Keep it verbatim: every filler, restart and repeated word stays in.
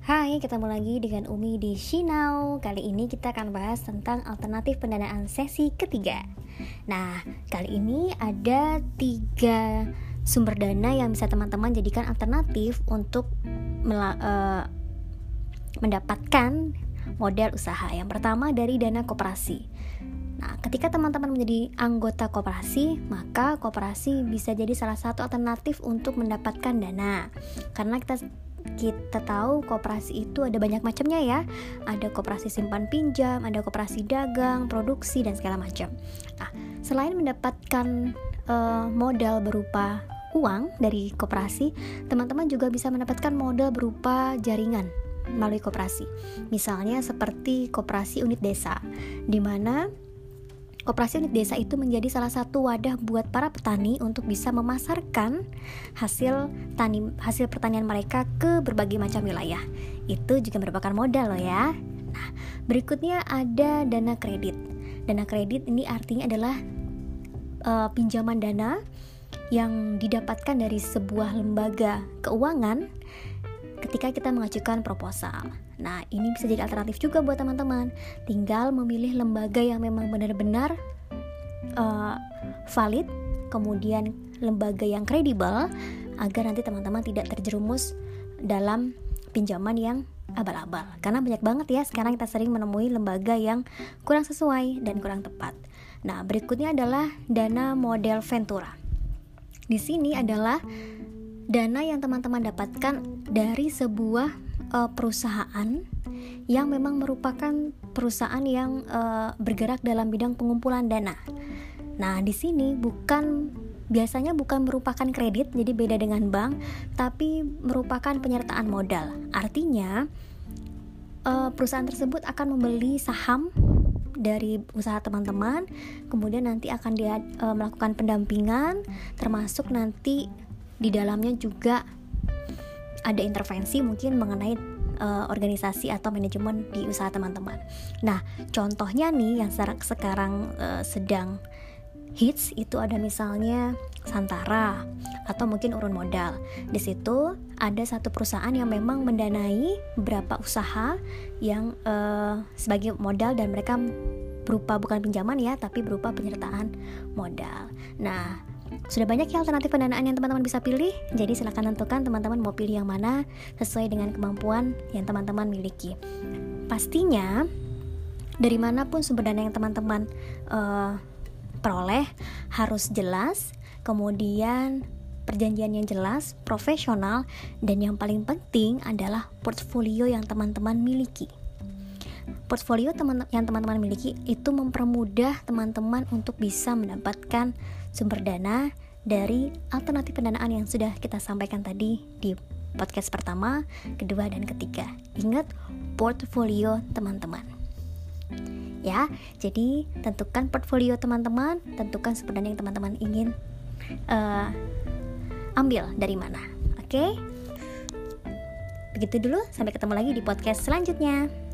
Hai, ketemu lagi dengan Umi di Shinau. Kali ini kita akan bahas tentang alternatif pendanaan sesi ketiga. Nah, kali ini ada tiga sumber dana yang bisa teman-teman jadikan alternatif untuk mela- uh, mendapatkan modal usaha. Yang pertama dari dana koperasi. Nah, ketika teman-teman menjadi anggota koperasi, maka koperasi bisa jadi salah satu alternatif untuk mendapatkan dana. Karena kita kita tahu koperasi itu ada banyak macamnya ya. Ada koperasi simpan pinjam, ada koperasi dagang, produksi dan segala macam. Nah, selain mendapatkan uh, modal berupa uang dari koperasi, teman-teman juga bisa mendapatkan modal berupa jaringan melalui koperasi. Misalnya seperti koperasi unit desa, di mana koperasi unit desa itu menjadi salah satu wadah buat para petani untuk bisa memasarkan hasil tani hasil pertanian mereka ke berbagai macam wilayah. Itu juga merupakan modal loh ya. Nah, berikutnya ada dana kredit. Dana kredit ini artinya adalah uh, pinjaman dana yang didapatkan dari sebuah lembaga keuangan ketika kita mengajukan proposal. Nah, ini bisa jadi alternatif juga buat teman-teman. Tinggal memilih lembaga yang memang benar-benar uh, valid, kemudian lembaga yang kredibel, agar nanti teman-teman tidak terjerumus dalam pinjaman yang abal-abal. Karena banyak banget ya, sekarang kita sering menemui lembaga yang kurang sesuai dan kurang tepat. Nah, berikutnya adalah dana model ventura. Di sini adalah dana yang teman-teman dapatkan dari sebuah uh, perusahaan yang memang merupakan perusahaan yang uh, bergerak dalam bidang pengumpulan dana. Nah, di sini bukan biasanya bukan merupakan kredit, jadi beda dengan bank, tapi merupakan penyertaan modal. Artinya uh, perusahaan tersebut akan membeli saham dari usaha teman-teman, kemudian nanti akan dia uh, melakukan pendampingan, termasuk nanti di dalamnya juga ada intervensi mungkin mengenai uh, organisasi atau manajemen di usaha teman-teman. Nah, contohnya nih yang sekarang uh, sedang hits itu ada misalnya Santara atau mungkin Urun Modal. Di situ ada satu perusahaan yang memang mendanai beberapa usaha yang uh, sebagai modal dan mereka berupa bukan pinjaman ya, tapi berupa penyertaan modal. Nah, sudah banyak ya alternatif pendanaan yang teman-teman bisa pilih. Jadi silakan tentukan teman-teman mau pilih yang mana sesuai dengan kemampuan yang teman-teman miliki. Pastinya dari manapun sumber dana yang teman-teman uh, peroleh harus jelas, kemudian perjanjian yang jelas, profesional, dan yang paling penting adalah portfolio yang teman-teman miliki. Portfolio teman yang teman-teman miliki itu mempermudah teman-teman untuk bisa mendapatkan sumber dana dari alternatif pendanaan yang sudah kita sampaikan tadi di podcast pertama, kedua, dan ketiga. Ingat portfolio teman-teman. Ya, jadi tentukan portfolio teman-teman, tentukan sumber dana yang teman-teman ingin uh, ambil dari mana. Oke? Begitu dulu, sampai ketemu lagi di podcast selanjutnya.